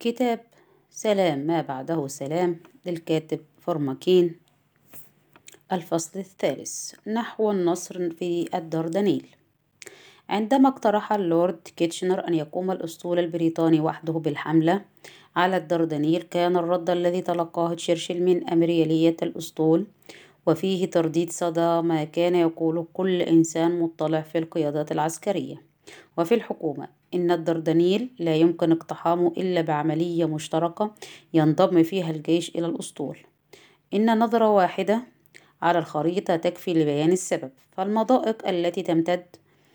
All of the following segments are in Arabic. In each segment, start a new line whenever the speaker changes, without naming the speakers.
كتاب سلام ما بعده سلام للكاتب فرماكين. الفصل الثالث: نحو النصر في الدردنيل. عندما اقترح اللورد كيتشنر أن يقوم الأسطول البريطاني وحده بالحملة على الدردنيل، كان الرد الذي تلقاه تشرشل من أميرالية الأسطول وفيه ترديد صدى ما كان يقوله كل إنسان مطلع في القيادات العسكرية وفي الحكومة، إن الدردنيل لا يمكن اقتحامه إلا بعملية مشتركة ينضم فيها الجيش إلى الأسطول. إن نظرة واحدة على الخريطة تكفي لبيان السبب، فالمضائق التي تمتد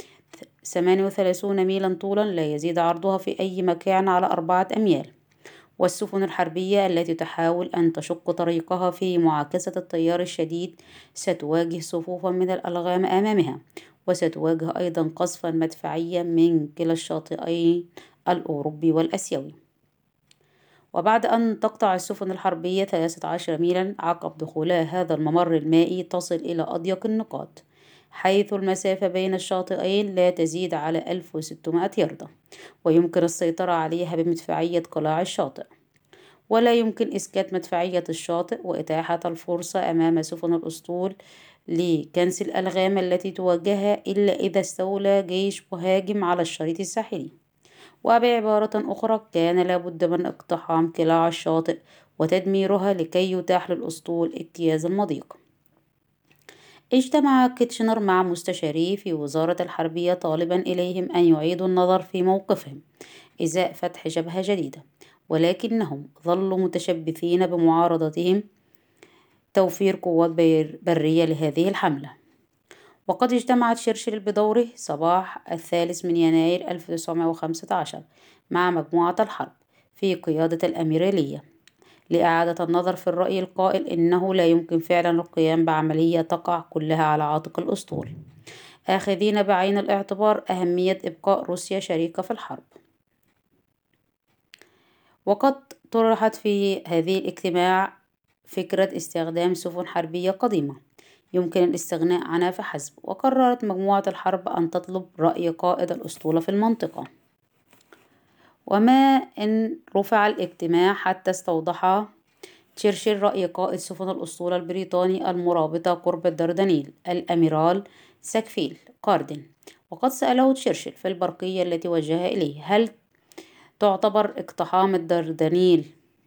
38 ميلا طولا لا يزيد عرضها في أي مكان على 4 أميال، والسفن الحربية التي تحاول أن تشق طريقها في معاكسة التيار الشديد ستواجه صفوفا من الألغام أمامها، وستواجه أيضا قصفا مدفعيا من كلا الشاطئين الأوروبي والأسيوي. وبعد أن تقطع السفن الحربية 13 ميلا عقب دخولها هذا الممر المائي، تصل إلى أضيق النقاط، حيث المسافة بين الشاطئين لا تزيد على 1600 ياردة، ويمكن السيطرة عليها بمدفعية قلاع الشاطئ. ولا يمكن إسكات مدفعية الشاطئ وإتاحة الفرصة أمام سفن الأسطول لكنس الألغام التي تواجهها إلا إذا استولى جيش مهاجم على الشريط الساحلي. وبعبارة أخرى، كان لابد من اقتحام قلاع الشاطئ وتدميرها لكي يتاح للأسطول اجتياز المضيق. اجتمع كيتشنر مع مستشاريه في وزارة الحربية طالبا إليهم أن يعيدوا النظر في موقفهم إزاء فتح جبهة جديدة، ولكنهم ظلوا متشبثين بمعارضتهم توفير قوات برية لهذه الحملة. وقد اجتمعت تشرشل بدوره صباح 3 يناير 1915 مع مجموعة الحرب في قيادة الأميرالية لإعادة النظر في الرأي القائل إنه لا يمكن فعلا القيام بعملية تقع كلها على عاتق الأسطول، آخذين بعين الاعتبار أهمية إبقاء روسيا شريكة في الحرب. وقد طرحت في هذه الاجتماع فكرة استخدام سفن حربية قديمة يمكن الاستغناء عنها فحسب، وقررت مجموعة الحرب أن تطلب رأي قائد الأسطول في المنطقة. وما إن رفع الاجتماع حتى استوضح تشرشل رأي قائد سفن الأسطول البريطاني المرابطة قرب الدردنيل الأميرال ساكفيل كاردن، وقد سأله تشرشل في البرقية التي وجهها إليه: هل تعتبر اقتحام الدردنيل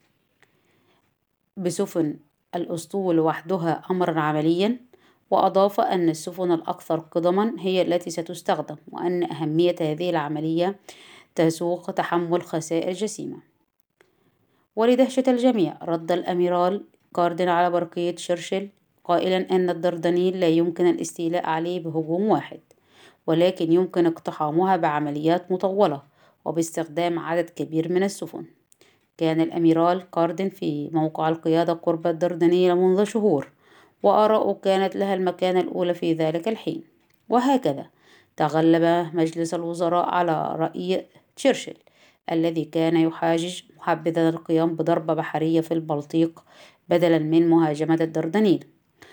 بسفن الأسطول وحدها أمرا عمليا؟ وأضاف أن السفن الأكثر قدما هي التي ستستخدم، وأن أهمية هذه العملية تسوق تحمل خسائر جسيمة. ولدهشة الجميع، رد الأميرال كاردن على برقية تشرشل قائلا أن الدردنيل لا يمكن الاستيلاء عليه بهجوم واحد، ولكن يمكن اقتحامها بعمليات مطولة وباستخدام عدد كبير من السفن. كان الأميرال كاردن في موقع القيادة قرب الدردنيل منذ شهور، وآراؤه كانت لها المكانة الأولى في ذلك الحين. وهكذا تغلب مجلس الوزراء على رأي تشرشل الذي كان يحاجج محبذا القيام بضربة بحرية في البلطيق بدلا من مهاجمة الدردنيل،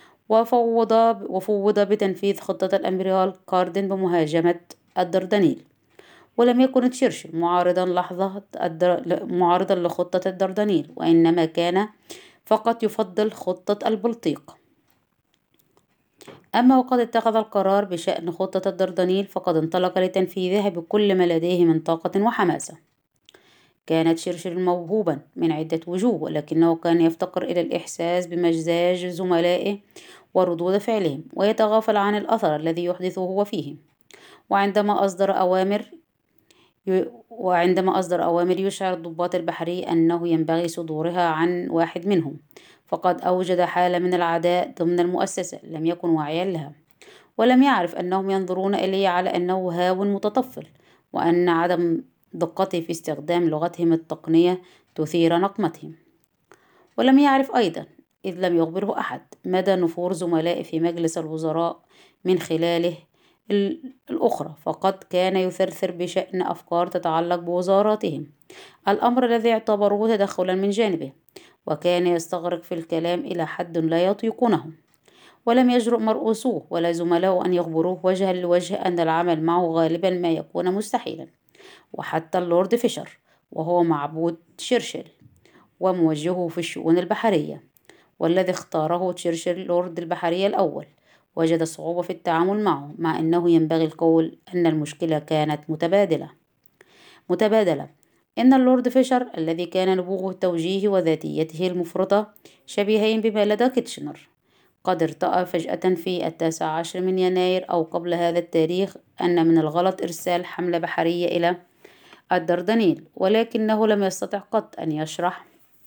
وفوض بتنفيذ خطة الأميرال كاردن بمهاجمة الدردنيل. ولم يكن تشرشل معارضا لخطة الدردنيل، وإنما كان فقط يفضل خطة البلطيق. أما وقد اتخذ القرار بشأن خطة الدردنيل، فقد انطلق لتنفيذها بكل ما لديه من طاقة وحماسة. كان تشرشل موهوبا من عدة وجوه، ولكنه كان يفتقر إلى الإحساس بمزاج زملائه وردود فعلهم، ويتغافل عن الأثر الذي يحدثه هو فيهم. وعندما أصدر أوامر يشعر الضباط البحري أنه ينبغي صدورها عن واحد منهم، فقد أوجد حالة من العداء ضمن المؤسسة لم يكن واعيا لها، ولم يعرف أنهم ينظرون إليه على أنه هاو متطفل، وأن عدم دقته في استخدام لغتهم التقنية تثير نقمتهم. ولم يعرف أيضا، إذ لم يخبره أحد، مدى نفور زملائه في مجلس الوزراء من خلاله الأخرى، فقد كان يثرثر بشأن أفكار تتعلق بوزاراتهم، الأمر الذي اعتبروه تدخلا من جانبه، وكان يستغرق في الكلام إلى حد لا يطيقونه. ولم يجرؤ مرؤوسوه ولا زملاؤه أن يخبروه وجها لوجه أن العمل معه غالبا ما يكون مستحيلا. وحتى اللورد فيشر وهو معبود تشرشل وموجهه في الشؤون البحرية، والذي اختاره تشرشل لورد البحرية الأول، وجد صعوبة في التعامل معه، مع أنه ينبغي القول أن المشكلة كانت متبادلة. إن اللورد فيشر الذي كان نبوغه التوجيهي وذاتيته المفرطة شبيهين بما لدى كيتشنر، قد ارتأى فجأة في 19 من يناير أو قبل هذا التاريخ أن من الغلط إرسال حملة بحرية إلى الدردنيل، ولكنه لم يستطع قط أن يشرح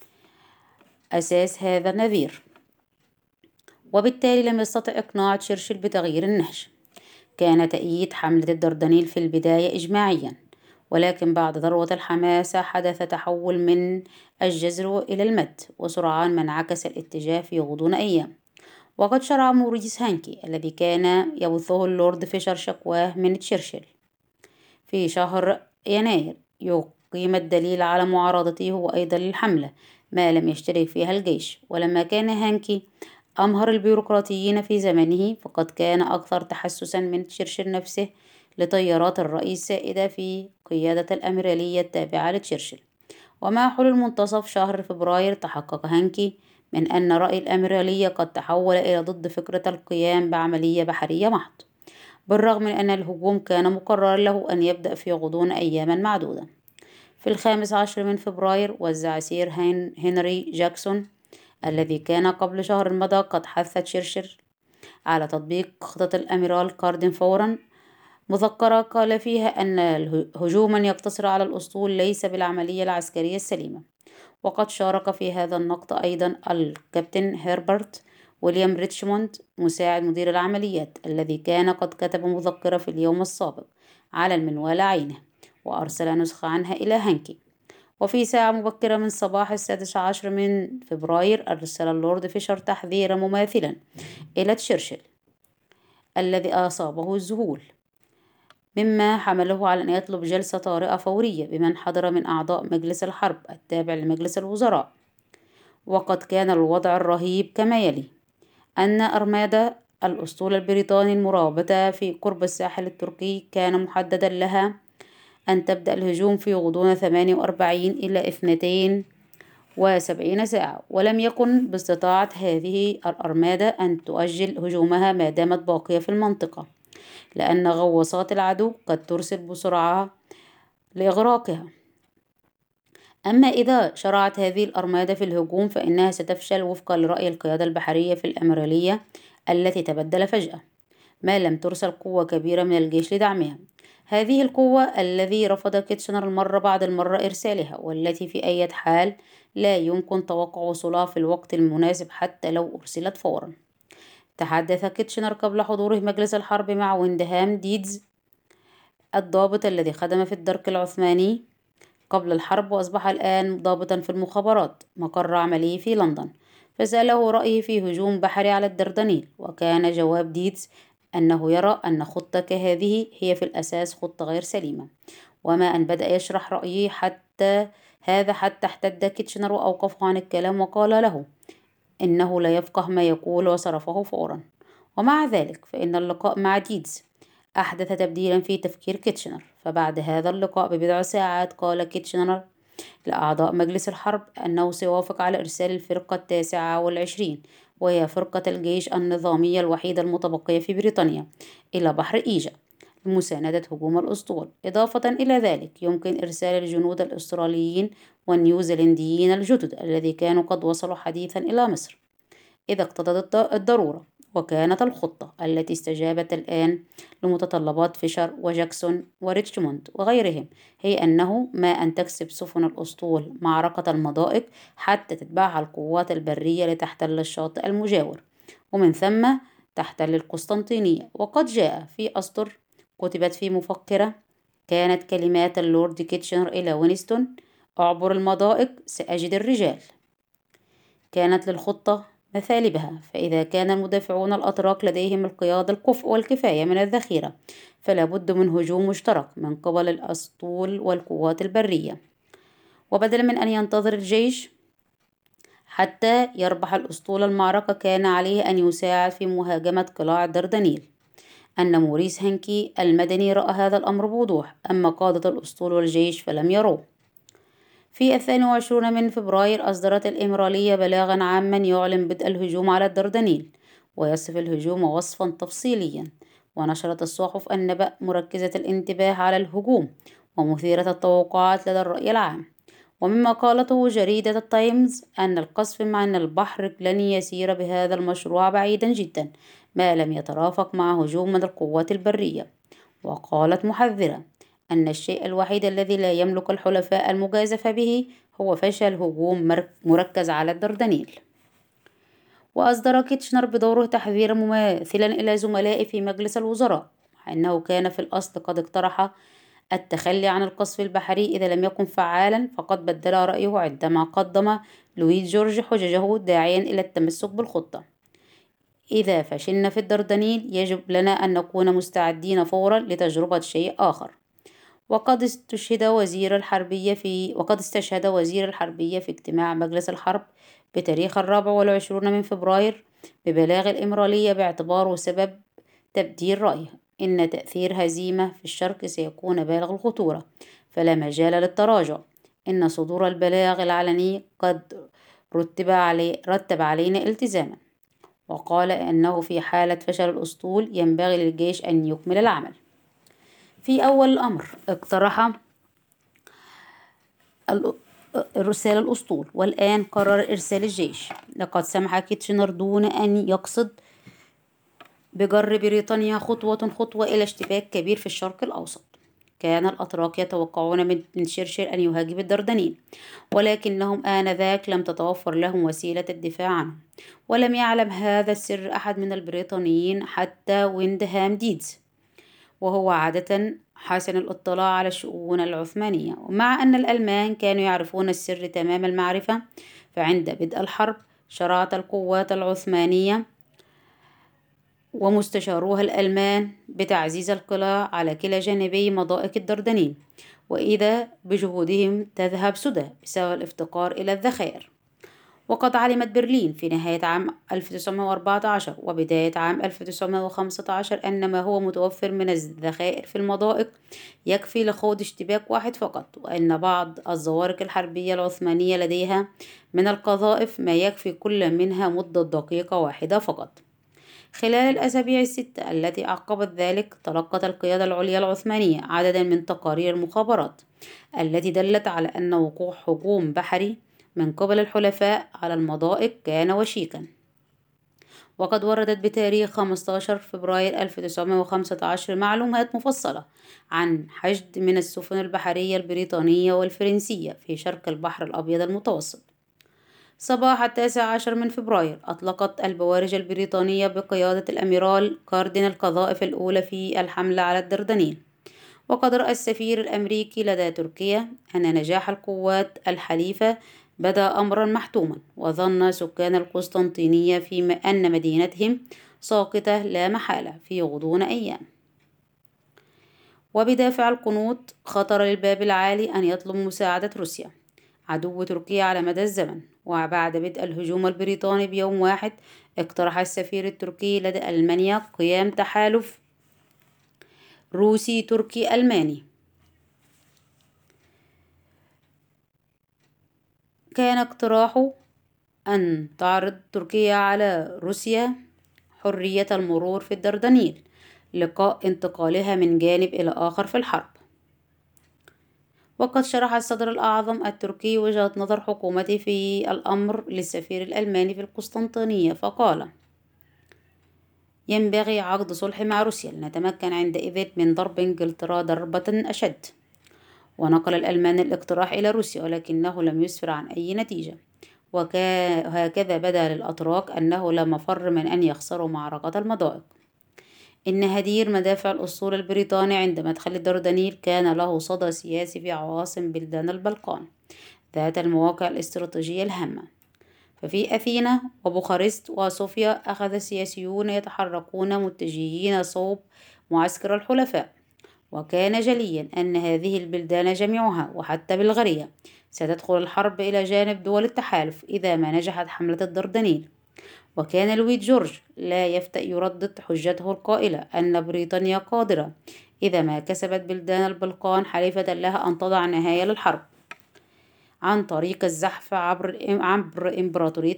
أساس هذا النذير، وبالتالي لم يستطع إقناع تشرشل بتغيير النهج. كان تأييد حملة الدردنيل في البداية إجماعيا، ولكن بعد ذروة الحماسة حدث تحول من الجزر إلى المد، وسرعان ما انعكس الاتجاه في غضون أيام. وقد شرع موريس هانكي الذي كان يبثه اللورد فيشر شكواه من تشرشل في شهر يناير يقيم الدليل على معارضته هو أيضا للحملة، ما لم يشترك فيها الجيش. ولما كان هانكي أمهر البيروقراطيين في زمنه، فقد كان أكثر تحسسا من تشرشل نفسه لطيارات الرأي السائدة في قيادة الأميرالية التابعة لتشرشل. ومع حلول منتصف شهر فبراير تحقق هانكي من أن رأي الأميرالية قد تحول إلى ضد فكرة القيام بعملية بحرية محض، بالرغم من أن الهجوم كان مقرر له أن يبدأ في غضون أيام معدودة. في 15 من فبراير وزع سير هنري جاكسون الذي كان قبل شهر مضى قد حث تشرشل على تطبيق خطة الأميرال كاردين فورا مذكرة قال فيها أن هجوما يقتصر على الأسطول ليس بالعملية العسكرية السليمة. وقد شارك في هذا النقد أيضا الكابتن هيربرت ويليام ريتشموند مساعد مدير العمليات، الذي كان قد كتب مذكرة في اليوم السابق على المنوال عينه وأرسل نسخة عنها إلى هانكي. وفي ساعة مبكرة من صباح 16 من فبراير أرسل اللورد فيشر تحذيرا مماثلا إلى تشرشل الذي أصابه الذهول، مما حمله على أن يطلب جلسة طارئة فورية بمن حضر من أعضاء مجلس الحرب التابع لمجلس الوزراء. وقد كان الوضع الرهيب كما يلي: أن أرمادا الأسطول البريطاني المرابطة في قرب الساحل التركي كان محددا لها أن تبدأ الهجوم في غضون 48 إلى 72 ساعة، ولم يكن باستطاعة هذه الأرمادا أن تؤجل هجومها ما دامت باقية في المنطقة، لأن غواصات العدو قد ترسل بسرعة لإغراقها. أما إذا شرعت هذه الأرمادة في الهجوم فإنها ستفشل وفقا لرأي القيادة البحرية في الأميرالية التي تبدل فجأة، ما لم ترسل قوة كبيرة من الجيش لدعمها. هذه القوة الذي رفض كيتشنر المرة بعد المرة إرسالها، والتي في أي حال لا يمكن توقع وصولها في الوقت المناسب حتى لو أرسلت فورا. تحدث كيتشنر قبل حضوره مجلس الحرب مع ويندهام ديدز الضابط الذي خدم في الدرك العثماني قبل الحرب وأصبح الآن ضابطا في المخابرات مقر عمله في لندن، فسأله رأيه في هجوم بحري على الدردنيل. وكان جواب ديدز أنه يرى أن خطة كهذه هي في الأساس خطة غير سليمة، وما أن بدأ يشرح رأيه حتى احتد كيتشنر وأوقفه عن الكلام وقال له إنه لا يفقه ما يقول وصرفه فورا. ومع ذلك فإن اللقاء مع ديدز أحدث تبديلا في تفكير كيتشنر، فبعد هذا اللقاء ببضع ساعات قال كيتشنر لأعضاء مجلس الحرب أنه سيوافق على إرسال الفرقة 29 وهي فرقة الجيش النظامية الوحيدة المتبقية في بريطانيا إلى بحر إيجا لمساندة هجوم الأسطول. إضافة إلى ذلك يمكن إرسال الجنود الأستراليين والنيوزيلنديين الجدد الذي كانوا قد وصلوا حديثا إلى مصر إذا اقتضت الضرورة. وكانت الخطة التي استجابت الآن لمتطلبات فيشر وجاكسون وريتشموند وغيرهم هي أنه ما أن تكسب سفن الأسطول معركة المضائق حتى تتبعها القوات البرية لتحتل الشاطئ المجاور، ومن ثم تحتل القسطنطينية. وقد جاء في أسطر كتبت في مفكرة كانت كلمات اللورد كيتشنر إلى وينستون: أعبر المضائق سأجد الرجال. كانت للخطة مثالبها، فإذا كان المدافعون الأتراك لديهم القيادة الكفء والكفاية من الذخيرة فلا بد من هجوم مشترك من قبل الأسطول والقوات البرية. وبدلا من أن ينتظر الجيش حتى يربح الأسطول المعركة كان عليه أن يساعد في مهاجمة قلاع الدردنيل. أن موريس هانكي المدني رأى هذا الأمر بوضوح، أما قادة الأسطول والجيش فلم يروه. في 22 من فبراير أصدرت الإميرالية بلاغا عاما يعلن بدء الهجوم على الدردنيل، ويصف الهجوم وصفا تفصيليا. ونشرت الصحف النبأ مركزة الانتباه على الهجوم ومثيرة التوقعات لدى الرأي العام. ومما قالته جريدة التايمز أن القصف مع أن البحر لن يسير بهذا المشروع بعيدا جدا ما لم يترافق مع هجوم من القوات البرية. وقالت محذرة أن الشيء الوحيد الذي لا يملك الحلفاء المجازفة به هو فشل هجوم مركز على الدردنيل. وأصدر كيتشنر بدوره تحذيرا مماثلا إلى زملائه في مجلس الوزراء، مع أنه كان في الأصل قد اقترح التخلي عن القصف البحري إذا لم يكن فعالا، فقد بدل رأيه عندما قدم لويد جورج حججه داعيا إلى التمسك بالخطة. إذا فشلنا في الدردنيل يجب لنا أن نكون مستعدين فورا لتجربة شيء آخر. وقد استشهد وزير الحربية في اجتماع مجلس الحرب بتاريخ 24 من فبراير ببلاغ الإميرالية باعتباره سبب تبديل رأيه إن تأثير هزيمة في الشرق سيكون بالغ الخطورة، فلا مجال للتراجع. إن صدور البلاغ العلني قد رتب علينا التزاما. وقال أنه في حالة فشل الأسطول ينبغي للجيش أن يكمل العمل. في أول الأمر اقترح إرسال الأسطول، والآن قرر إرسال الجيش. لقد سمح كيتشنر دون أن يقصد بجر بريطانيا خطوة إلى اشتباك كبير في الشرق الأوسط. كان الأتراك يتوقعون من شرشر أن يهاجم الدردنيل، ولكنهم آنذاك لم تتوفر لهم وسيلة الدفاع عنه، ولم يعلم هذا السر أحد من البريطانيين حتى ويندهام ديدز، وهو عادة حسن الاطلاع على الشؤون العثمانية. ومع أن الألمان كانوا يعرفون السر تمام المعرفة، فعند بدء الحرب شرعت القوات العثمانية ومستشاروها الألمان بتعزيز القلاع على كلا جانبي مضائق الدردنيل، وإذا بجهودهم تذهب سدى بسبب الافتقار إلى الذخائر. وقد علمت برلين في نهاية عام 1914 وبداية عام 1915 أن ما هو متوفر من الذخائر في المضائق يكفي لخوض اشتباك واحد فقط، وأن بعض الزوارق الحربية العثمانية لديها من القذائف ما يكفي كل منها مدة دقيقة واحدة فقط. خلال الأسابيع الستة التي أعقبت ذلك تلقت القيادة العليا العثمانية عددا من تقارير المخابرات التي دلت على أن وقوع هجوم بحري من قبل الحلفاء على المضائق كان وشيكا. وقد وردت بتاريخ 15 فبراير 1915 معلومات مفصلة عن حشد من السفن البحرية البريطانية والفرنسية في شرق البحر الأبيض المتوسط. صباح 19 من فبراير أطلقت البوارج البريطانية بقيادة الأميرال كاردين القذائف الأولى في الحملة على الدردنيل. وقد رأى السفير الأمريكي لدى تركيا أن نجاح القوات الحليفة بدأ أمرا محتوما، وظن سكان القسطنطينية أن مدينتهم ساقطة لا محالة في غضون أيام. وبدافع القنوط خطر للباب العالي أن يطلب مساعدة روسيا عدو تركيا على مدى الزمن. وبعد بدء الهجوم البريطاني بيوم واحد اقترح السفير التركي لدى ألمانيا قيام تحالف روسي تركي ألماني. كان اقتراحه أن تعرض تركيا على روسيا حرية المرور في الدردنيل لقاء انتقالها من جانب إلى آخر في الحرب. وقد شرح الصدر الأعظم التركي وجهة نظر حكومته في الأمر للسفير الألماني في القسطنطينية، فقال: ينبغي عقد صلح مع روسيا لنتمكن عندئذ من ضرب إنجلترا ضربة أشد. ونقل الألمان الاقتراح إلى روسيا ولكنه لم يسفر عن أي نتيجة. وهكذا بدا للأتراك أنه لا مفر من أن يخسروا معركة المضائق. إن هدير مدافع الأسطول البريطاني عند مدخل الدردنيل كان له صدى سياسي في عواصم بلدان البلقان ذات المواقع الاستراتيجية الهامة. ففي أثينا وبوخارست وصوفيا أخذ السياسيون يتحركون متجهين صوب معسكر الحلفاء، وكان جليا أن هذه البلدان جميعها وحتى بلغاريا ستدخل الحرب إلى جانب دول التحالف إذا ما نجحت حملة الدردنيل. وكان لويد جورج لا يفتأ يردد حجته القائلة أن بريطانيا قادرة إذا ما كسبت بلدان البلقان حليفة لها أن تضع نهاية للحرب. عن طريق الزحف عبر إمبراطورية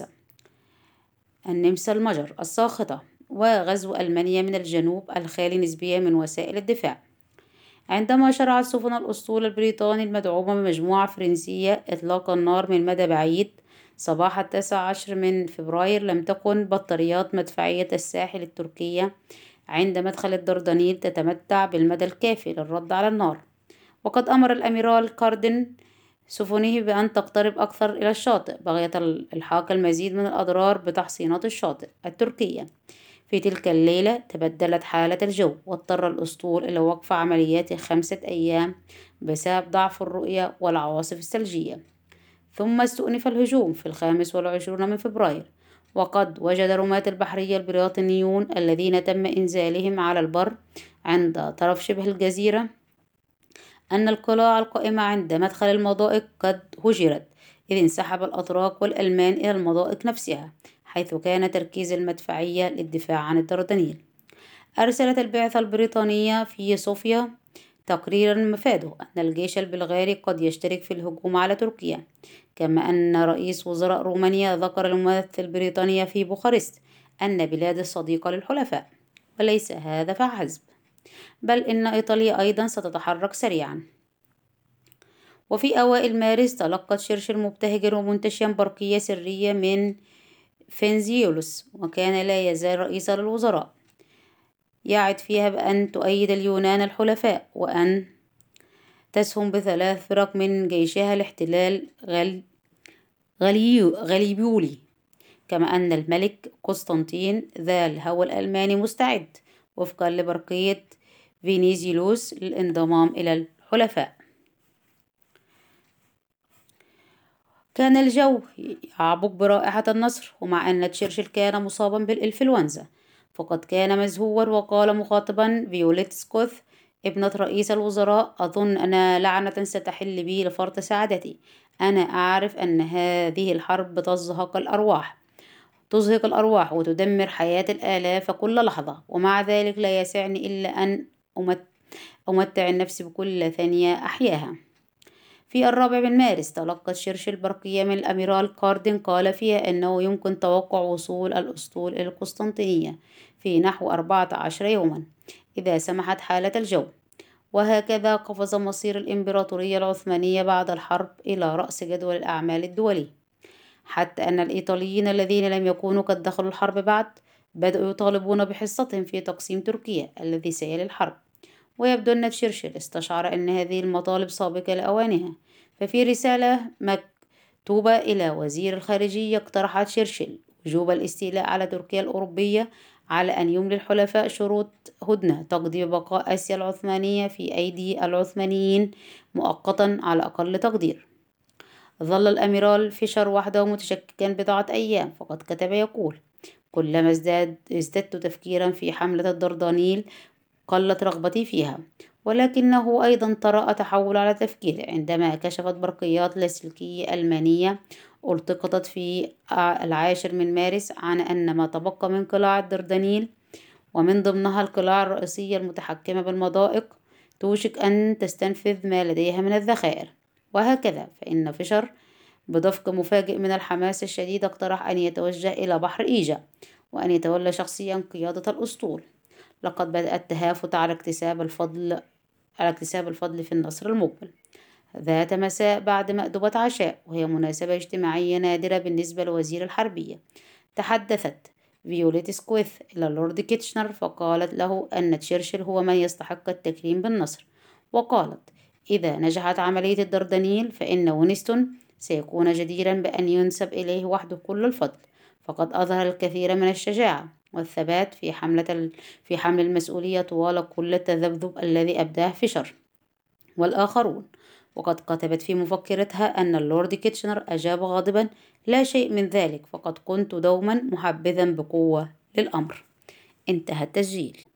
النمسا المجر الساخطة، وغزو ألمانيا من الجنوب الخالي نسبيا من وسائل الدفاع. عندما شرعت سفن الأسطول البريطاني المدعومة بمجموعة فرنسية إطلاق النار من مدى بعيد صباح 19 من فبراير، لم تكن بطاريات مدفعية الساحل التركية عند مدخل الدردنيل تتمتع بالمدى الكافي للرد على النار، وقد أمر الأميرال كاردن سفنه بأن تقترب أكثر إلى الشاطئ بغية إلحاق المزيد من الأضرار بتحصينات الشاطئ التركية. في تلك الليلة تبدلت حالة الجو، واضطر الأسطول إلى وقف عملياته 5 أيام بسبب ضعف الرؤية والعواصف الثلجية. ثم استؤنف الهجوم في 25 من فبراير، وقد وجد رماة البحرية البريطانيون الذين تم إنزالهم على البر عند طرف شبه الجزيرة أن القلاع القائمة عند مدخل المضائق قد هجرت، إذ انسحب الأتراك والألمان إلى المضائق نفسها، حيث كان تركيز المدفعية للدفاع عن الدردنيل. أرسلت البعثة البريطانية في صوفيا تقريرا مفاده أن الجيش البلغاري قد يشترك في الهجوم على تركيا، كما أن رئيس وزراء رومانيا ذكر لممثل بريطانيا في بوخارست أن بلاده صديقة للحلفاء. وليس هذا فحسب، بل إن إيطاليا أيضا ستتحرك سريعا. وفي أوائل مارس تلقت شرشل مبتهجا ومنتشيا برقية سرية من فينزيولوس، وكان لا يزال رئيسا للوزراء، يعد فيها بأن تؤيد اليونان الحلفاء وأن تسهم ب3 فرق من جيشها لاحتلال غاليبولي، كما أن الملك قسطنطين ذا الهوى الألماني مستعد وفقا لبرقية فينيزيلوس للانضمام إلى الحلفاء. كان الجو يعبق برائحة النصر، ومع أن تشرشل كان مصابا بالإنفلونزا، فقد كان مزهوا وقال مخاطبا فيوليت سكوث ابنة رئيس الوزراء: أظن أن لعنة ستحل بي لفرط سعادتي. أنا أعرف أن هذه الحرب تزهق الأرواح وتدمر حياة الآلاف كل لحظة، ومع ذلك لا يسعني إلا أن أمتع النفس بكل ثانية أحياها. في 4 من مارس تلقت شرشل برقية من الأميرال كاردن قال فيها أنه يمكن توقع وصول الأسطول إلى القسطنطينية في نحو 14 يوما إذا سمحت حالة الجو. وهكذا قفز مصير الإمبراطورية العثمانية بعد الحرب إلى رأس جدول الأعمال الدولي، حتى أن الإيطاليين الذين لم يكونوا قد دخلوا الحرب بعد بدأوا يطالبون بحصتهم في تقسيم تركيا الذي سيلي الحرب. ويبدو أن تشرشل استشعر أن هذه المطالب سابقة لأوانها، ففي رسالة مكتوبة إلى وزير الخارجية اقترح تشرشل وجوب الاستيلاء على تركيا الأوروبية على أن يملي الحلفاء شروط هدنة تقضي ببقاء آسيا العثمانية في أيدي العثمانيين مؤقتا على أقل تقدير. ظل الأميرال فيشر وحده متشككا بضعة أيام، فقد كتب يقول: كلما ازددت تفكيرا في حملة الدردنيل قلت رغبتي فيها، ولكنه أيضا طرأ تحول على تفكيري عندما كشفت برقيات لاسلكية ألمانية التقطت في 10 من مارس عن أن ما تبقى من قلاع الدردنيل، ومن ضمنها القلاع الرئيسية المتحكمة بالمضائق، توشك أن تستنفذ ما لديها من الذخائر. وهكذا فإن فيشر بدفق مفاجئ من الحماس الشديد اقترح أن يتوجه إلى بحر إيجا وأن يتولى شخصيا قيادة الأسطول. لقد بدأ التهافت على اكتساب الفضل في النصر المقبل. ذات مساء بعد مأدبة عشاء، وهي مناسبة اجتماعية نادرة بالنسبة لوزير الحربية، تحدثت فيوليت سكويث إلى اللورد كيتشنر فقالت له أن تشرشل هو من يستحق التكريم بالنصر، وقالت: إذا نجحت عملية الدردنيل فإن وينستون سيكون جديرا بأن ينسب إليه وحده كل الفضل، فقد أظهر الكثير من الشجاعة والثبات في حمل المسؤولية طوال كل التذبذب الذي أبداه فيشر والآخرون. وقد كتبت في مفكرتها أن اللورد كيتشنر أجاب غاضبا: لا شيء من ذلك، فقد كنت دوما محبذا بقوة للأمر. انتهى التسجيل.